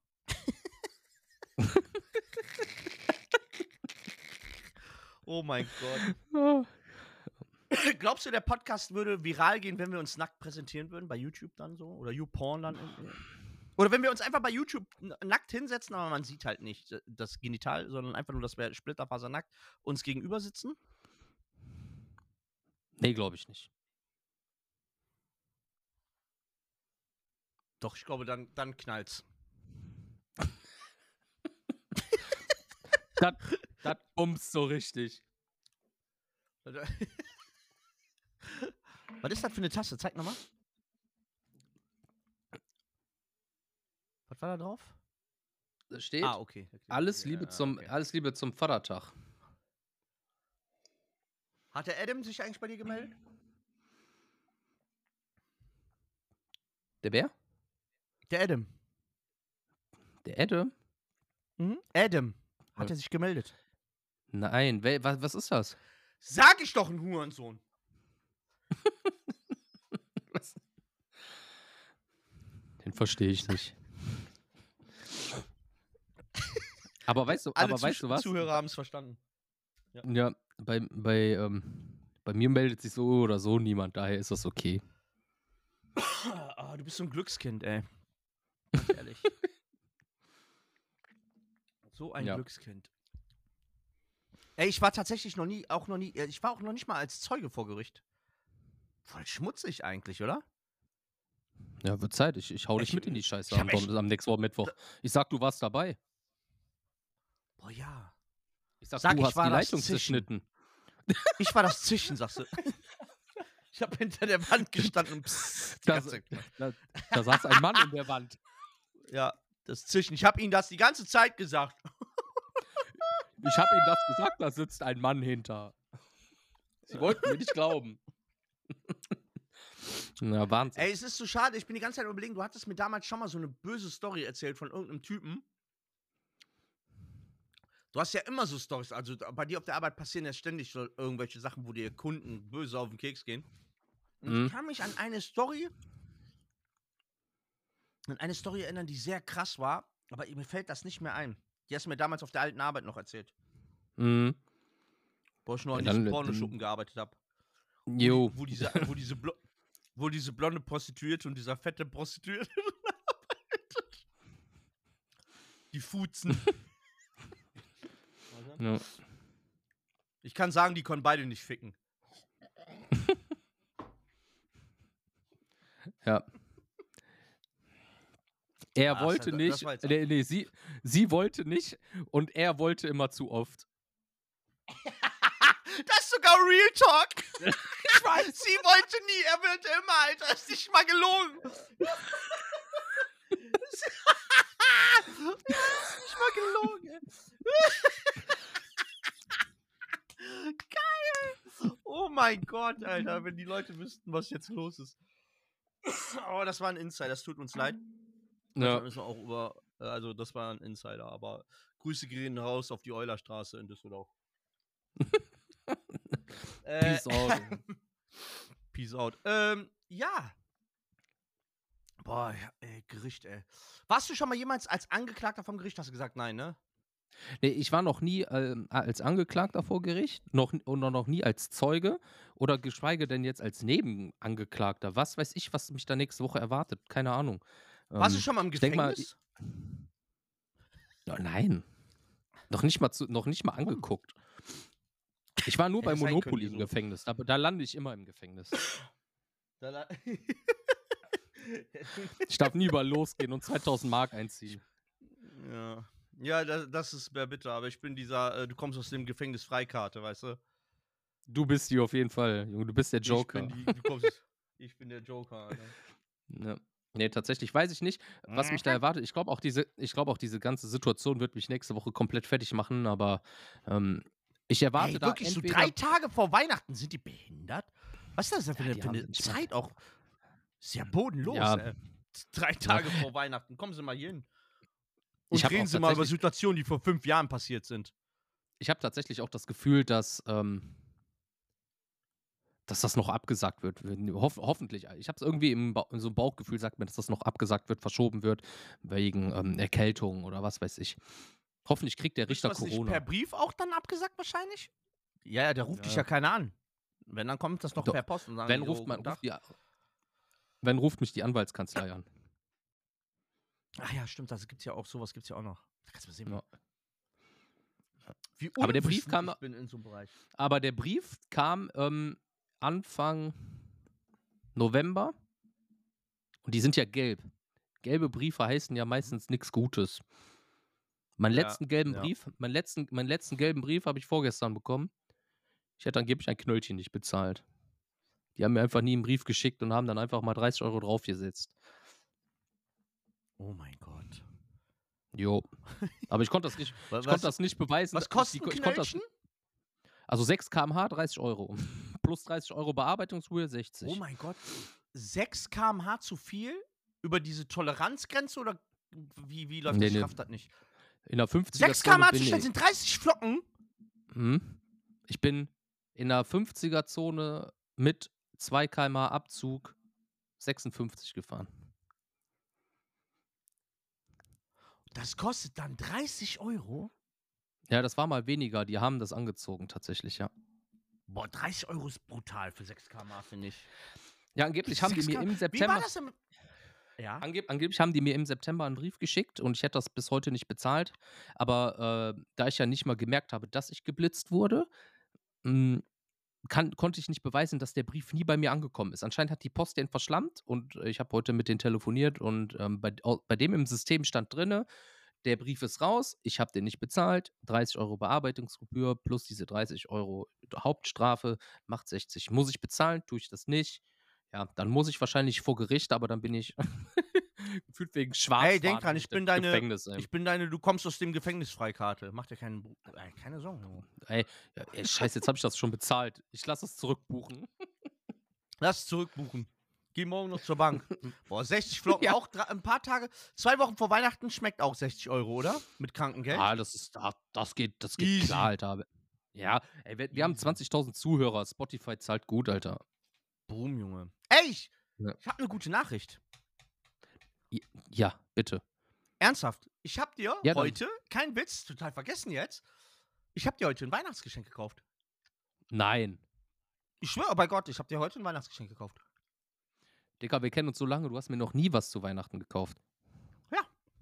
Oh mein Gott. Glaubst du, der Podcast würde viral gehen, wenn wir uns nackt präsentieren würden? Bei YouTube dann so? Oder YouPorn dann? irgendwie? Oder wenn wir uns einfach bei YouTube n- nackt hinsetzen, aber man sieht halt nicht äh, das Genital, sondern einfach nur, dass wir splitterfasernackt uns gegenüber sitzen? Nee, glaube ich nicht. Doch, ich glaube, dann, dann knallt's. Das, das bumst so richtig. Was ist das für eine Tasse? Zeig nochmal. Was war da drauf? Da steht, Ah, okay. okay. alles, Ja, Liebe zum, okay. alles Liebe zum Vatertag. Hat der Adam sich eigentlich bei dir gemeldet? Der Bär? Der Adam. Der Adam? Mhm. Adam. Hat Ja. er sich gemeldet? Nein, wel, was, was ist das? Sag ich doch, ein Hurensohn. Was? Den verstehe ich nicht. Aber weißt du, Alle aber weißt Zuh- du was? Zuhörer haben es verstanden. Ja, bei, bei, ähm, bei mir meldet sich so oder so niemand, daher ist das okay. Ah, du bist so ein Glückskind, ey. Ganz ehrlich. So ein Ja. Glückskind. Ey, ich war tatsächlich noch nie, auch noch nie, äh, ich war auch noch nicht mal als Zeuge vor Gericht. Voll schmutzig eigentlich, oder? Ja, wird Zeit. Ich, ich hau dich Ich- mit in die Scheiße ich am, hab echt- Don- am nächsten Woche Mittwoch. Ich sag, du warst dabei. Boah, ja. Ich sag, Sag, du ich hast war die das Leitung Zischen. zerschnitten. Ich war das Zischen, sagst du. Ich habe hinter der Wand gestanden und pssst, die Das- ganze Zeit gemacht. Da, da saß ein Mann in der Wand. Ja, das Zischen. Ich habe ihnen das die ganze Zeit gesagt. Ich habe ihnen das gesagt, da sitzt ein Mann hinter. Sie wollten mir nicht glauben. Na, Wahnsinn. Ey, es ist so schade. Ich bin die ganze Zeit am überlegen, du hattest mir damals schon mal so eine böse Story erzählt von irgendeinem Typen. Du hast ja immer so Storys, also da- bei dir auf der Arbeit passieren ja ständig so irgendwelche Sachen, wo dir Kunden böse auf den Keks gehen. Und Mhm. ich kann mich an eine Story, an eine Story erinnern, die sehr krass war, aber mir fällt das nicht mehr ein. Die hast du mir damals auf der alten Arbeit noch erzählt, Mhm. wo ich noch Ja, in dann- diesem dann- Pornoschuppen gearbeitet habe. Jo. Wo, diese, wo, diese Blo wo diese blonde Prostituierte und dieser fette Prostituierte arbeitet. Die Fuzen. Ja. Ich kann sagen, die konnten beide nicht ficken. Ja. Er Ah, wollte das- das nicht, war jetzt- nee, nee, sie, sie wollte nicht und er wollte immer zu oft. Das ist sogar Real Talk. Ich weiß. Sie wollte nie, er wollte immer, Alter. Das ist nicht mal gelogen. Das ist nicht mal gelogen. Ey. mein Gott, Alter, wenn die Leute wüssten, was jetzt los ist. Aber das war ein Insider, das tut uns leid. Manchmal Ja. müssen wir auch über, äh, also das war ein Insider, aber Grüße gehen raus auf die Eulerstraße in Düsseldorf. Äh, Peace out. Peace out. Ähm, ja. Boah, ja, ey, Gericht, ey. Warst du schon mal jemals als Angeklagter vom Gericht? Hast du gesagt, nein, ne? Nee, ich war noch nie ähm, als Angeklagter vor Gericht, noch, und noch nie als Zeuge oder geschweige denn jetzt als Nebenangeklagter. Was weiß ich, was mich da nächste Woche erwartet? Keine Ahnung. Warst du Ähm, schon mal im ich denk mal, Gefängnis? Ja, nein. Noch nicht mal, zu, noch nicht mal Warum? angeguckt. Ich war nur Hätte bei sein können, Monopoly hier im so. Gefängnis. Da, da lande ich immer im Gefängnis. Da la- Ich darf nie überall losgehen und zweitausend Mark einziehen. Ja, ja das, das ist sehr bitter, aber ich bin dieser, äh, du kommst aus dem Gefängnis Freikarte, weißt du? Du bist die auf jeden Fall, Junge. Du bist der Joker. Ich bin, die, du kommst, ich bin der Joker, Alter. Ja. Nee, tatsächlich weiß ich nicht, was mich da erwartet. Ich glaube auch, diese, ich glaube auch, diese ganze Situation wird mich nächste Woche komplett fertig machen, aber ähm, ich erwarte Ey, da wirklich so entweder. drei Tage vor Weihnachten, sind die behindert? Was ist das denn für Ja, eine, die für haben eine nicht mal- Zeit auch? Ist ja bodenlos, Ja. ey. Drei Tage vor Weihnachten, kommen Sie mal hier hin. Ich Und hab reden auch Sie mal über tatsächlich- Situationen, die vor fünf Jahren passiert sind. Ich habe tatsächlich auch das Gefühl, dass, ähm, dass das noch abgesagt wird. Hoff, hoffentlich. Ich habe es irgendwie im ba so ein Bauchgefühl, sagt mir, dass das noch abgesagt wird, verschoben wird, wegen ähm, Erkältung oder was weiß ich. Hoffentlich kriegt der Ist Richter das nicht Corona. per Brief auch dann abgesagt wahrscheinlich? Ja, ja, der ruft Ja. dich ja keiner an. Wenn, dann kommt das doch Doch. per Post. Und sagen Wenn die, ruft, oh, man, guten ruft, Tag. die, wenn ruft mich die Anwaltskanzlei an. Ach ja, stimmt, das gibt's ja auch, sowas gibt's ja auch noch. Da kannst du mal sehen, Ja. wie Aber der Brief unwissend kam- ich bin in so einem Bereich. Aber der Brief kam ähm, Anfang November und die sind ja gelb. Gelbe Briefe heißen ja meistens nichts Gutes. Meinen Ja, letzten gelben ja. Brief, meinen letzten, meinen letzten gelben Brief habe ich vorgestern bekommen. Ich hätte angeblich ein Knöllchen nicht bezahlt. Die haben mir einfach nie einen Brief geschickt und haben dann einfach mal dreißig Euro draufgesetzt. Oh mein Gott. Jo. Aber ich konnte das nicht, Was, ich konnte das nicht beweisen. was Ich- kostet ein ich konnte das- Knöllchen? Also sechs Kilometer pro Stunde, dreißig Euro. Plus dreißig Euro Bearbeitungsruhe, sechzig. Oh mein Gott. sechs Kilometer pro Stunde zu viel? Über diese Toleranzgrenze oder wie, wie läuft Nee, das? Ich nee. raff das nicht. In der fünfziger sechs Zone Kilometer pro bin Stunde ich. sind dreißig Flocken? Hm? Ich bin in der fünfziger Zone mit zwei Kilometer pro Stunde Abzug sechsundfünfzig gefahren. Das kostet dann dreißig Euro? Ja, das war mal weniger. Die haben das angezogen, tatsächlich, ja. Boah, dreißig Euro ist brutal für sechs Kilometer pro Stunde, finde ich. Ja, angeblich haben die sechs mir im Kilometer Wie September. war das denn? Ja. Angeb angeblich haben die mir im September einen Brief geschickt und ich hätte das bis heute nicht bezahlt. Aber äh, da ich ja nicht mal gemerkt habe, dass ich geblitzt wurde, mh, kann, konnte ich nicht beweisen, dass der Brief nie bei mir angekommen ist. Anscheinend hat die Post den verschlammt und äh, ich habe heute mit denen telefoniert und ähm, bei, au- bei dem im System stand drinne, der Brief ist raus, ich habe den nicht bezahlt, dreißig Euro Bearbeitungsgebühr plus diese dreißig Euro Hauptstrafe macht sechzig. Muss ich bezahlen, tue ich das nicht. Ja, dann muss ich wahrscheinlich vor Gericht, aber dann bin ich gefühlt wegen Schwarzfahren. Ey, denk dran, ich im bin deine- Gefängnis, ey. Ich bin deine, du kommst aus dem Gefängnis Freikarte. Mach dir keinen, Bru- ey, keine Sorgen. Ey, ja, ey, scheiße, jetzt habe ich das schon bezahlt. Ich lasse es zurückbuchen. Lass zurückbuchen. Geh morgen noch zur Bank. Boah, sechzig Flocken, Ja. auch drei, ein paar Tage, zwei Wochen vor Weihnachten schmeckt auch sechzig Euro, oder? Mit Krankengeld. Ah, das ist, ah, das geht, das geht Easy. klar, Alter. Ja, ey, wir, wir haben Easy. zwanzigtausend Zuhörer. Spotify zahlt gut, Alter. Boom, Junge. Ey, ich, Ja. ich habe eine gute Nachricht. Ja, bitte. Ernsthaft. Ich habe dir Ja, dann. heute, kein Witz, total vergessen jetzt, ich habe dir heute ein Weihnachtsgeschenk gekauft. Nein. Ich schwöre bei Gott, ich habe dir heute ein Weihnachtsgeschenk gekauft. Digga, wir kennen uns so lange, du hast mir noch nie was zu Weihnachten gekauft. Ja.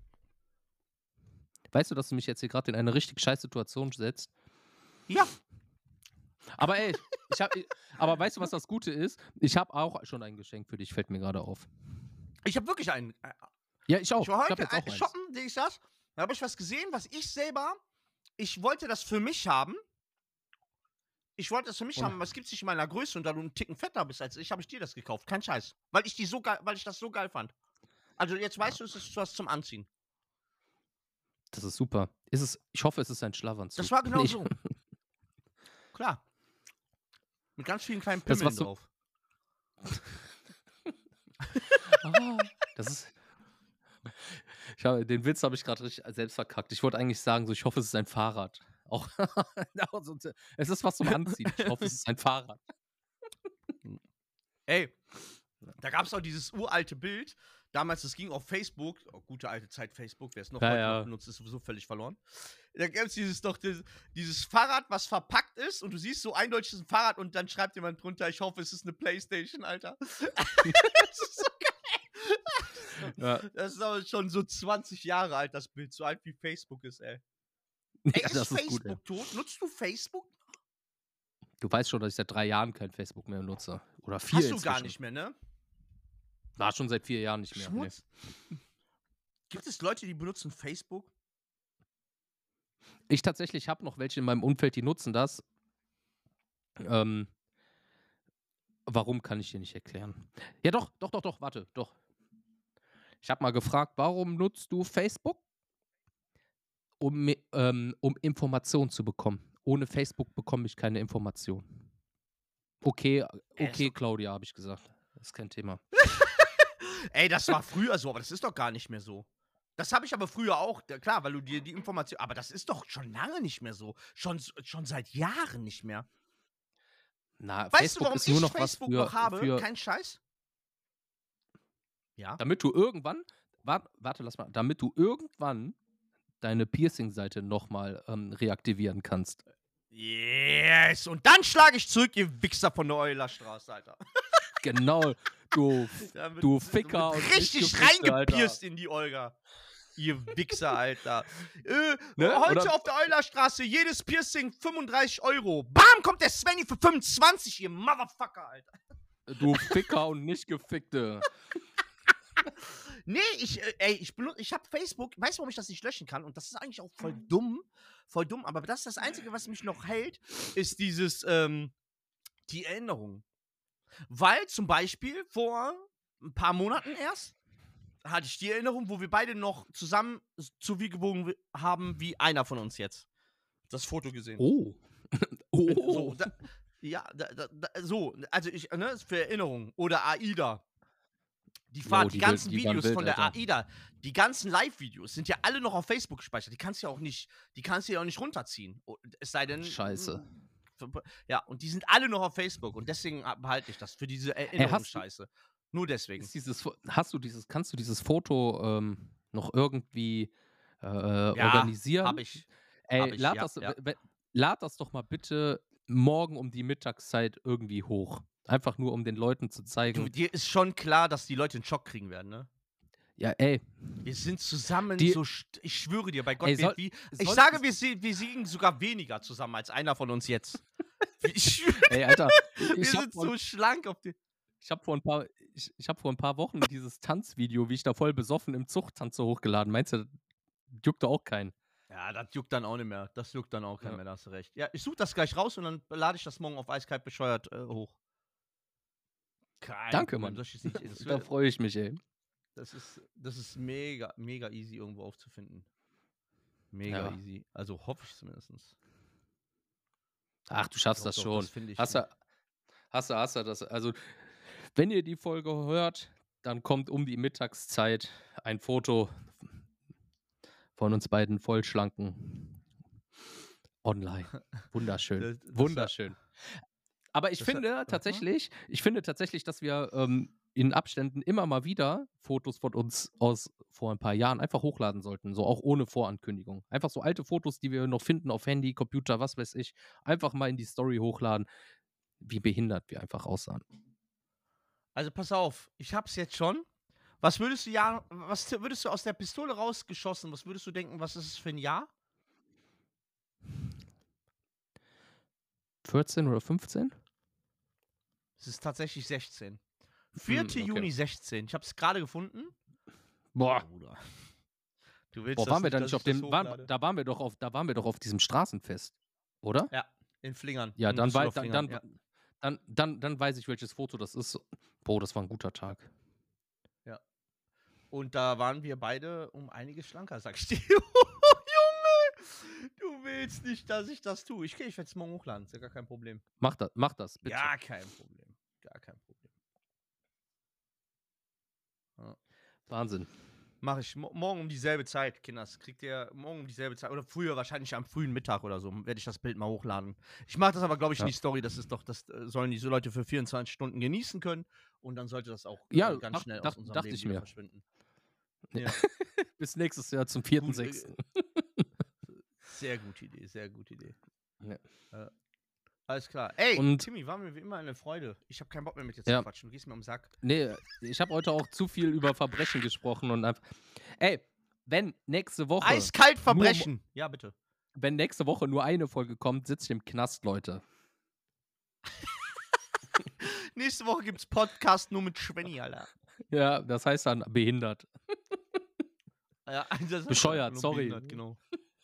Weißt du, dass du mich jetzt hier gerade in eine richtig scheiß Situation setzt? Ja. Aber ey, ich hab, aber weißt du, was das Gute ist? Ich habe auch schon ein Geschenk für dich, fällt mir gerade auf. Ich habe wirklich einen. äh, Ja, ich auch. Ich war hab heute jetzt auch ein- eins. shoppen, sehe ich das. Da habe ich was gesehen, was ich selber, ich wollte das für mich haben. Ich wollte das für mich Und- haben, aber es gibt es nicht in meiner Größe und da du einen Ticken fetter bist als ich, habe ich dir das gekauft. Kein Scheiß. Weil ich die so geil, weil ich das so geil fand. Also jetzt weißt du, es ist was zum Anziehen. Das ist super. Ist es, ich hoffe, es ist ein Schlafanzug. Das war genau Nee, so. Klar. Mit ganz vielen kleinen Das, Pimmeln was du. drauf. Ah, das ist. Ich habe, den Witz habe ich gerade richtig selbst verkackt. Ich wollte eigentlich sagen, so, ich hoffe, es ist ein Fahrrad. Auch, also, es ist was zum Anziehen. Ich hoffe, es ist ein Fahrrad. Ey, da gab es auch dieses uralte Bild. Damals, das ging auf Facebook. Oh, gute alte Zeit Facebook. Wer es noch Ja, heute ja. noch benutzt, ist sowieso völlig verloren. Da gab es dieses, doch dieses, dieses Fahrrad, was verpackt ist. Und du siehst so eindeutig ein Fahrrad und dann schreibt jemand drunter, ich hoffe, es ist eine Playstation, Alter. Das ist so geil. Ja. Das ist aber schon so zwanzig Jahre alt, das Bild. So alt wie Facebook ist, ey. Ja, Ey, ist das ist Facebook gut, ey. tot? Nutzt du Facebook? Du weißt schon, dass ich seit drei Jahren kein Facebook mehr nutze. Oder vier Hast du inzwischen. gar nicht mehr, ne? War schon seit vier Jahren nicht mehr. Nee. Schmutz. Gibt es Leute, die benutzen Facebook? Ich tatsächlich habe noch welche in meinem Umfeld, die nutzen das. Ähm, warum, kann ich dir nicht erklären. Ja, doch, doch, doch, doch, warte, doch. Ich habe mal gefragt, warum nutzt du Facebook? Um, mi- ähm, um Informationen zu bekommen. Ohne Facebook bekomme ich keine Informationen. Okay, Ey, okay, ist Claudia, habe ich gesagt. Das ist kein Thema. Ey, das war früher so, aber das ist doch gar nicht mehr so. Das habe ich aber früher auch, da- klar, weil du dir die Information. Aber das ist doch schon lange nicht mehr so. Schon, schon seit Jahren nicht mehr. Na, Weißt du, Facebook warum ist nur ich noch was Facebook für, noch habe? für Kein Scheiß? Ja. damit du irgendwann, warte, warte, lass mal, damit du irgendwann deine Piercing-Seite nochmal ähm, reaktivieren kannst. Yes! Und dann schlage ich zurück, ihr Wichser von der Eulerstraße, Alter. Genau, du, Damit- du Ficker mit und richtig Nicht-Gefickte, reingepierst in die Olga. Ihr Wichser, Alter. äh, Ne? Heute Oder- auf der Eulerstraße, jedes Piercing fünfunddreißig Euro. Bam, kommt der Svenny für fünfundzwanzig, ihr Motherfucker, Alter. Du Ficker und Nicht-Gefickte. Nee, ich, äh, ey, ich benutze, ich hab Facebook, weißt du, warum ich das nicht löschen kann? Und das ist eigentlich auch voll dumm, voll dumm, aber das ist das Einzige, was mich noch hält, ist dieses, ähm, die Erinnerung. Weil zum Beispiel vor ein paar Monaten erst hatte ich die Erinnerung, wo wir beide noch zusammen so viel gewogen haben wie einer von uns jetzt. Das Foto gesehen. Oh. Oh. So, da, ja, da, da, da, so, also ich, ne, für Erinnerung. Oder AIDA. Die Fahrt, Jo, die, die ganzen wild- die waren Videos wild, von der Alter. AIDA, die ganzen Live-Videos sind ja alle noch auf Facebook gespeichert. Die kannst du ja auch nicht, die kannst du ja auch nicht runterziehen. O- Es sei denn. Scheiße. Ja, und die sind alle noch auf Facebook und deswegen behalte ich das für diese hast du- Erinnerungsscheiße. Nur deswegen. Ist dieses, Fo- hast du dieses, kannst du dieses Foto ähm, noch irgendwie äh, organisieren? Hab ich. Ey, hab ich, lad, ja, das, ja. we- we- lad das doch mal bitte morgen um die Mittagszeit irgendwie hoch. Einfach nur, um den Leuten zu zeigen. Du, dir ist schon klar, dass die Leute einen Schock kriegen werden, ne? Ja, ey. Wir sind zusammen Die- so, st- ich schwöre dir, bei Gott, Ey, wir, soll- wie, ich soll- sage, wir, sie- wir siegen sogar weniger zusammen als einer von uns jetzt. Ich schwöre, Ey, Alter. wir Ich hab sind vor, so schlank auf den. ich hab vor ein paar, ich, ich hab vor ein paar Wochen dieses Tanzvideo, wie ich da voll besoffen im Zug tanze, hochgeladen. Meinst du, das juckt doch auch keinen? Ja, das juckt dann auch nicht mehr. Das juckt dann auch keinen Ja. mehr, da hast du recht. Ja, ich suche das gleich raus und dann lade ich das morgen auf eiskalt bescheuert äh, hoch. Kein Danke, Problem, Mann. das ist nicht- das Da wird- freue ich mich, ey. Das ist, das ist mega, mega easy irgendwo aufzufinden. Mega Ja. easy. Also hoffe ich zumindest. Ach, du schaffst Doch, das doch, schon. das finde ich hast du, hast du, hast du das? Also, wenn ihr die Folge hört, dann kommt um die Mittagszeit ein Foto von uns beiden Vollschlanken online. Wunderschön. Das- das war- Wunderschön. Aber ich das war- finde aha. tatsächlich, ich finde tatsächlich, dass wir ähm, in Abständen immer mal wieder Fotos von uns aus vor ein paar Jahren einfach hochladen sollten, so auch ohne Vorankündigung. Einfach so alte Fotos, die wir noch finden auf Handy, Computer, was weiß ich, einfach mal in die Story hochladen, wie behindert wir einfach aussahen. Also pass auf, ich hab's jetzt schon. Was würdest du ja, was würdest du aus der Pistole rausgeschossen? Was würdest du denken, was ist es für ein Jahr? vierzehn oder fünfzehn? Es ist tatsächlich sechzehn. vierter okay. Juni sechzehn. Ich hab's gerade gefunden. Boah, Bruder. Du willst boah das waren wir da dass nicht auf ich das dem, waren, hochlade? da waren wir doch auf, da waren wir doch auf diesem Straßenfest, oder? Ja, in Flingern. Ja, in dann, wei- dann, Düsseldorf-Flingern, dann, ja. dann, dann, dann weiß ich, welches Foto das ist. Boah, das war ein guter Tag. Und da waren wir beide um einiges schlanker, sag ich dir. Junge! Du willst nicht, dass ich das tue. Ich, okay, ich werde es morgen hochladen. Ist ja gar kein Problem. Mach das, mach das, bitte. Gar kein Problem. Gar kein Problem. Ja. Wahnsinn. Mache ich mo- morgen um dieselbe Zeit, Kinders. Kriegt ihr morgen um dieselbe Zeit oder früher, wahrscheinlich am frühen Mittag oder so, werde ich das Bild mal hochladen. Ich mache das aber, glaube ich, Ja. in die Story. Das ist doch, das äh, sollen diese Leute für vierundzwanzig Stunden genießen können und dann sollte das auch äh, Ja, ganz ach, schnell dach- aus unserem dachte Leben ich wieder mir. verschwinden. Ja. Ja. Bis nächstes Jahr zum vierten Gut, äh, sechsten Sehr gute Idee, sehr gute Idee. Ja. Äh, alles klar. Ey, Und- Timmy, war mir wie immer eine Freude. Ich habe keinen Bock mehr mit dir Ja. zu quatschen. Du gehst mir um den Sack. Nee, ich habe heute auch zu viel über Verbrechen gesprochen und einfach. Ey, wenn nächste Woche. Eiskalt nur- Verbrechen. Ja, bitte. Wenn nächste Woche nur eine Folge kommt, sitze ich im Knast, Leute. Nächste Woche gibt's Podcast nur mit Schwenny, Alter. Ja, das heißt dann behindert. Ja, das ist Bescheuert, nur sorry. behindert, Genau.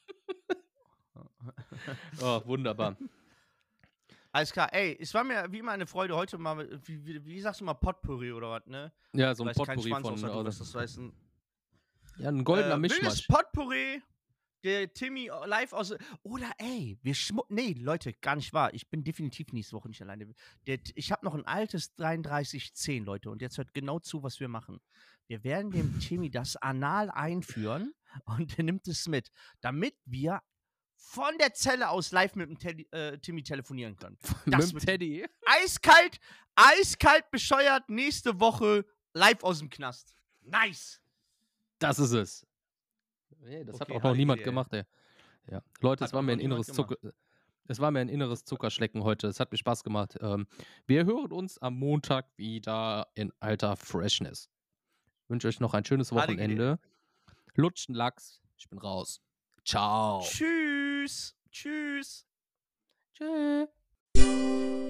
Oh, wunderbar. Alles klar. Ey, es war mir wie immer eine Freude, heute mal, wie, wie, wie sagst du mal, Potpourri oder was, ne? Ja, so ein Weiß kein Potpourri Schwanz von. außer du, äh, was das heißt. Ein Ja, ein goldener äh, wildes Mischmasch. Potpourri, der Timmy live aus. Oder ey, wir schmu. Nee, Leute, gar nicht wahr. Ich bin definitiv nächste Woche nicht alleine. Der, ich habe noch ein altes dreiunddreißig zehn, Leute. Und jetzt hört genau zu, was wir machen. Wir werden dem Timmy das Anal einführen und er nimmt es mit, damit wir von der Zelle aus live mit dem Teddy, äh, Timmy telefonieren können. Mit Das dem wird Teddy. eiskalt, eiskalt bescheuert nächste Woche live aus dem Knast. Nice. Das ist es. Nee, das Okay, hat auch noch Halleluja, niemand ey. gemacht, ey. Ja. Leute, Hat es war auch mir noch ein inneres niemand Zucker. Es war mir ein inneres Zuckerschlecken heute. Es hat mir Spaß gemacht. Ähm, wir hören uns am Montag wieder in alter Freshness. Ich wünsche euch noch ein schönes Halleluja. Wochenende. Lutschen Lachs. Ich bin raus. Ciao. Tschüss. Tschüss. Tschüss.